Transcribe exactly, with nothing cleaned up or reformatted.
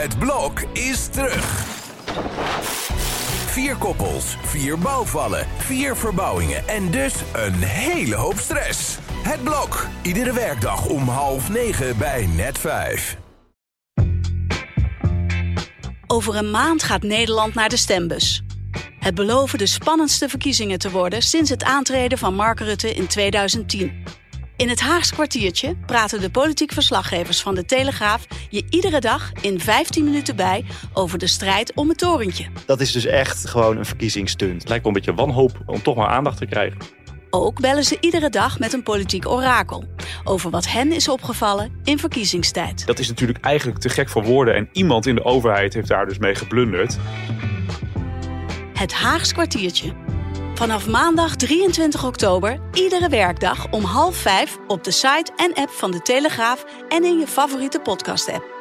Het blok is terug. Vier koppels, vier bouwvallen, vier verbouwingen en dus een hele hoop stress. Het blok, iedere werkdag om half negen bij Net vijf. Over een maand gaat Nederland naar de stembus. Het beloven de spannendste verkiezingen te worden sinds het aantreden van Mark Rutte in tweeduizend tien. In het Haags kwartiertje praten de politiek verslaggevers van de Telegraaf je iedere dag in vijftien minuten bij over de strijd om het torentje. Dat is dus echt gewoon een verkiezingsstunt. Het lijkt wel een beetje wanhoop om toch maar aandacht te krijgen. Ook bellen ze iedere dag met een politiek orakel over wat hen is opgevallen in verkiezingstijd. Dat is natuurlijk eigenlijk te gek voor woorden en iemand in de overheid heeft daar dus mee geblunderd. Het Haags kwartiertje. Vanaf maandag drieëntwintig oktober, iedere werkdag om half vijf op de site en app van de Telegraaf en in je favoriete podcast-app.